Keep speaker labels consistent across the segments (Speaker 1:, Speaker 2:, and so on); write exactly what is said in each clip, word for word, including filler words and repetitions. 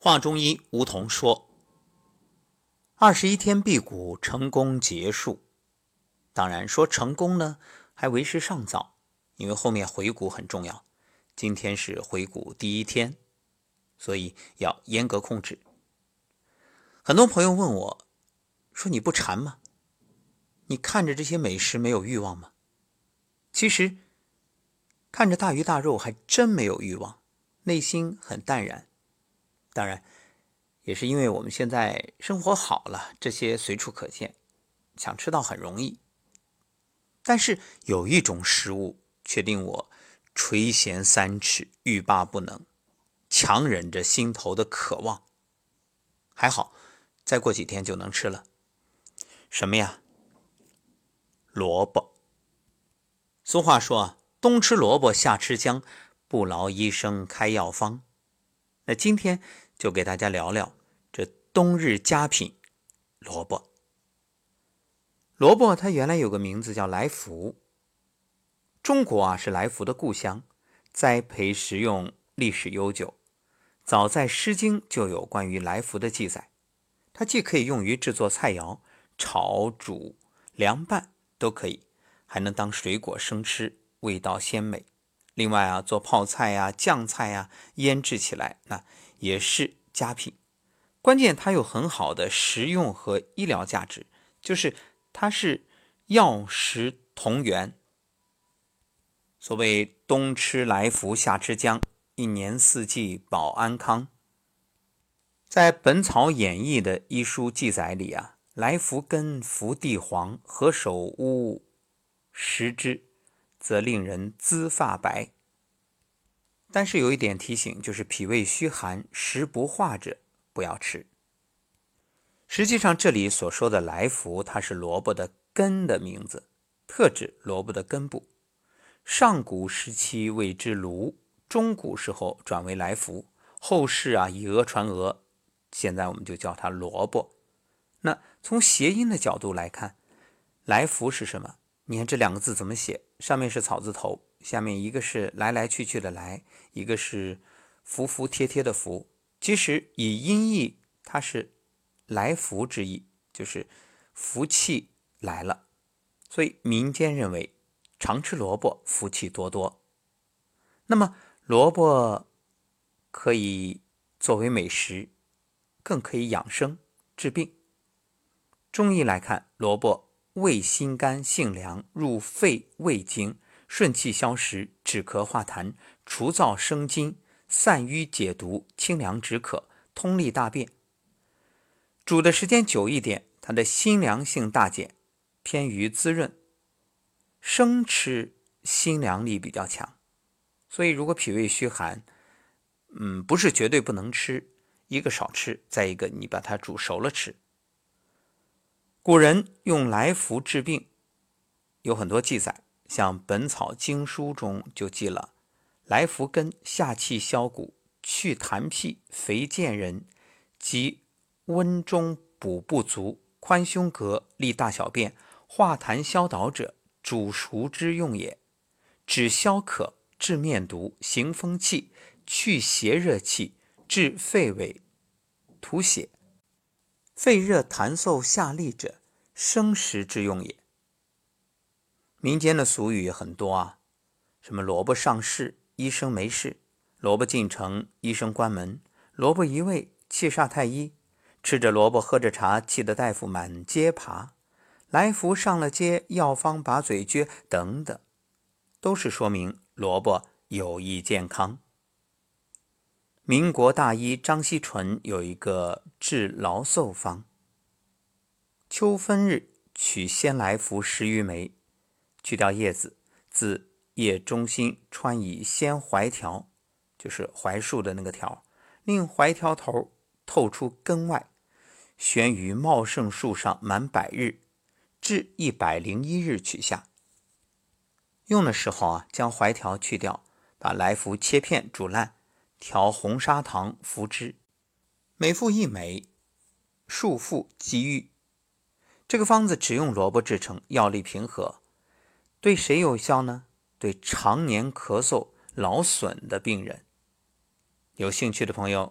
Speaker 1: 华中医吴桐说，二十一天辟谷成功结束。当然说成功呢，还为时尚早，因为后面回谷很重要。今天是回谷第一天，所以要严格控制。很多朋友问我说，你不馋吗？你看着这些美食没有欲望吗？其实看着大鱼大肉还真没有欲望，内心很淡然。当然也是因为我们现在生活好了，这些随处可见，想吃到很容易。但是有一种食物却令我垂涎三尺，欲罢不能，强忍着心头的渴望。还好再过几天就能吃了。什么呀？萝卜。俗话说啊，冬吃萝卜夏吃姜，不劳医生开药方。那今天就给大家聊聊这冬日佳品萝卜。萝卜它原来有个名字叫来福，中国啊是来福的故乡，栽培食用历史悠久。早在《诗经》就有关于来福的记载。它既可以用于制作菜肴，炒、煮、凉拌都可以，还能当水果生吃，味道鲜美。另外啊，做泡菜啊、酱菜啊，腌制起来那也是佳品。关键它有很好的食用和医疗价值，就是它是药食同源。所谓冬吃来福夏吃姜，一年四季保安康。在《本草演义》的医书记载里啊，来福根伏地黄，何首乌，食之则令人滋发白。但是有一点提醒，就是脾胃虚寒、食不化者不要吃。实际上这里所说的来福，它是萝卜的根的名字，特指萝卜的根部。上古时期谓之芦，中古时候转为来福，后世啊以讹传讹，现在我们就叫它萝卜。那从谐音的角度来看，来福是什么？你看这两个字怎么写？上面是草字头，下面一个是来来去去的来，一个是服服帖帖的服。其实以音译，它是来福之意，就是福气来了。所以民间认为常吃萝卜福气多多。那么萝卜可以作为美食，更可以养生治病。中医来看，萝卜味辛甘性凉，入肺胃经，顺气消食，止咳化痰，除燥生津，散瘀解毒，清凉止渴，通利大便。煮的时间久一点，它的辛凉性大减，偏于滋润。生吃辛凉力比较强，所以如果脾胃虚寒，嗯，不是绝对不能吃，一个少吃，再一个你把它煮熟了吃。古人用来福治病有很多记载，像《本草经书》中就记了：来福根下气消谷，去痰屁，肥健人，及温中补不足，宽胸膈，利大小便，化痰消导者，煮熟之用也。止消渴，治面毒，行风气，去邪热气，治肺痿，吐血。肺热痰嗽下利者，生食之用也。民间的俗语很多啊，什么萝卜上市，医生没事；萝卜进城，医生关门；萝卜移位，气煞太医；吃着萝卜喝着茶，气得大夫满街爬；来福上了街，药方把嘴撅，等等，都是说明萝卜有益健康。民国大医张锡纯有一个治劳嗽方：秋分日，取鲜来福十余枚，去掉叶子，自叶中心穿以鲜槐条，就是槐树的那个条，令槐条头透出根外，悬于茂盛树上满百日，至一百零一日取下。用的时候啊，将槐条去掉，把来福切片煮烂，调红砂糖服之，每服一枚，数服即愈。这个方子只用萝卜制成，药力平和。对谁有效呢？对常年咳嗽劳损的病人。有兴趣的朋友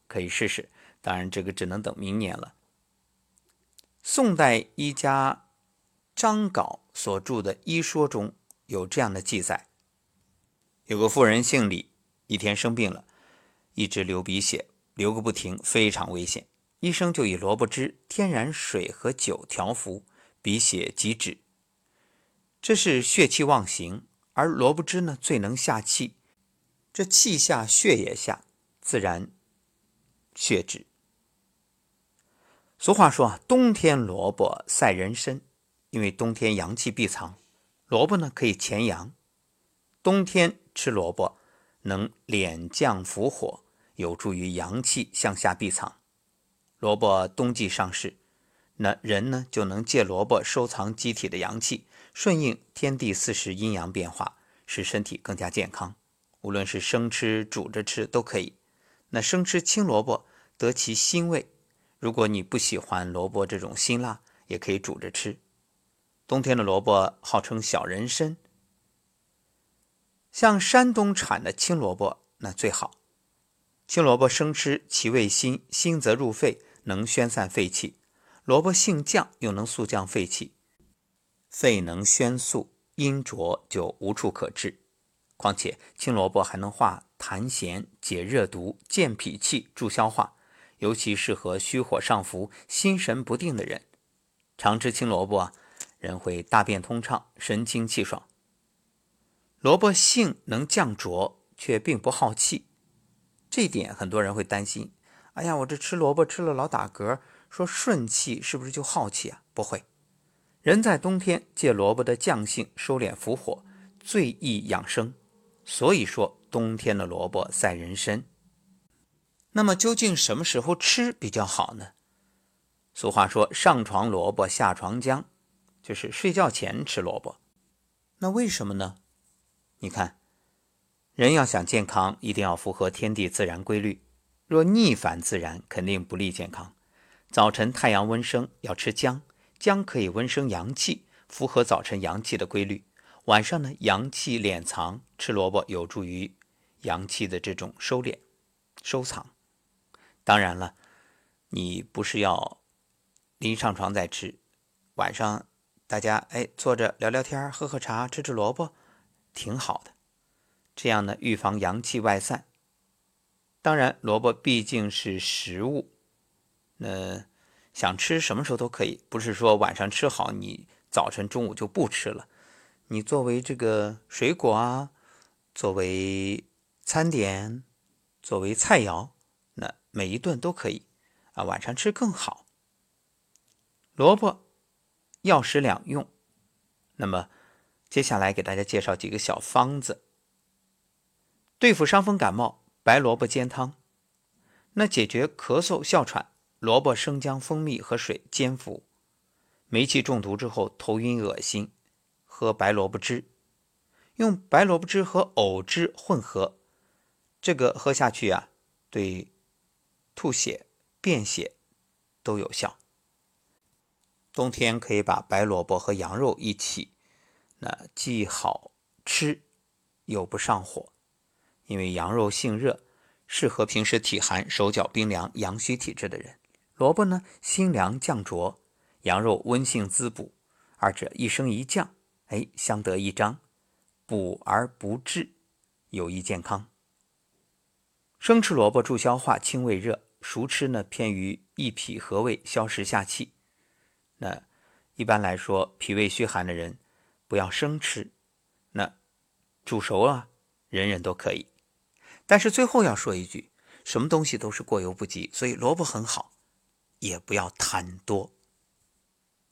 Speaker 1: 可以试试。当然这个只能等明年了。宋代医家张镐所著的医说中有这样的记载，有个妇人姓李，一天生病了，一直流鼻血，流个不停，非常危险。医生就以萝卜汁、天然水和酒调服，鼻血即止。这是血气旺行，而萝卜汁呢最能下气，这气下血也下，自然血止。俗话说啊，冬天萝卜赛人参，因为冬天阳气闭藏，萝卜呢可以潜阳。冬天吃萝卜能敛降伏火，有助于阳气向下闭藏。萝卜冬季上市，那人呢就能借萝卜收藏机体的阳气，顺应天地四时阴阳变化，使身体更加健康。无论是生吃煮着吃都可以。那生吃青萝卜得其腥味，如果你不喜欢萝卜这种辛辣，也可以煮着吃。冬天的萝卜号称小人参，像山东产的青萝卜那最好。青萝卜生吃其味辛，辛则入肺，能宣散肺气。萝卜性降，又能速降肺气，肺能宣肃，阴浊就无处可治。况且青萝卜还能化痰涎、解热毒、健脾气、助消化，尤其适合虚火上浮、心神不定的人。常吃青萝卜啊，人会大便通畅，神清气爽。萝卜性能降浊，却并不耗气，这一点很多人会担心。哎呀，我这吃萝卜吃了老打嗝，说顺气是不是就耗气啊？不会，人在冬天借萝卜的降性收敛伏火，最易养生。所以说冬天的萝卜赛人参。那么究竟什么时候吃比较好呢？俗话说上床萝卜下床姜，就是睡觉前吃萝卜。那为什么呢？你看，人要想健康，一定要符合天地自然规律，若逆反自然，肯定不利健康。早晨太阳温升，要吃姜，姜可以温升阳气，符合早晨阳气的规律。晚上呢，阳气敛藏，吃萝卜有助于阳气的这种收敛、收藏。当然了，你不是要临上床再吃，晚上大家哎坐着聊聊天、喝喝茶、吃吃萝卜，挺好的。这样呢，预防阳气外散。当然，萝卜毕竟是食物，那想吃什么时候都可以，不是说晚上吃好，你早晨、中午就不吃了。你作为这个水果啊，作为餐点，作为菜肴，那每一顿都可以啊，晚上吃更好。萝卜药食两用，那么接下来给大家介绍几个小方子。对付伤风感冒，白萝卜煎汤。那解决咳嗽哮喘，萝卜生姜蜂蜜和水煎服。煤气中毒之后头晕恶心，喝白萝卜汁，用白萝卜汁和藕汁混合，这个喝下去啊，对吐血、便血都有效。冬天可以把白萝卜和羊肉一起，那既好吃又不上火，因为羊肉性热，适合平时体寒、手脚冰凉、阳虚体质的人。萝卜呢，辛凉降浊，羊肉温性滋补，二者一升一降，哎，相得益彰，补而不滞，有益健康。生吃萝卜助消化、清胃热，熟吃呢偏于益脾和胃、消食下气。那一般来说，脾胃虚寒的人不要生吃，那煮熟啊，人人都可以。但是最后要说一句，什么东西都是过犹不及，所以萝卜很好，也不要贪多。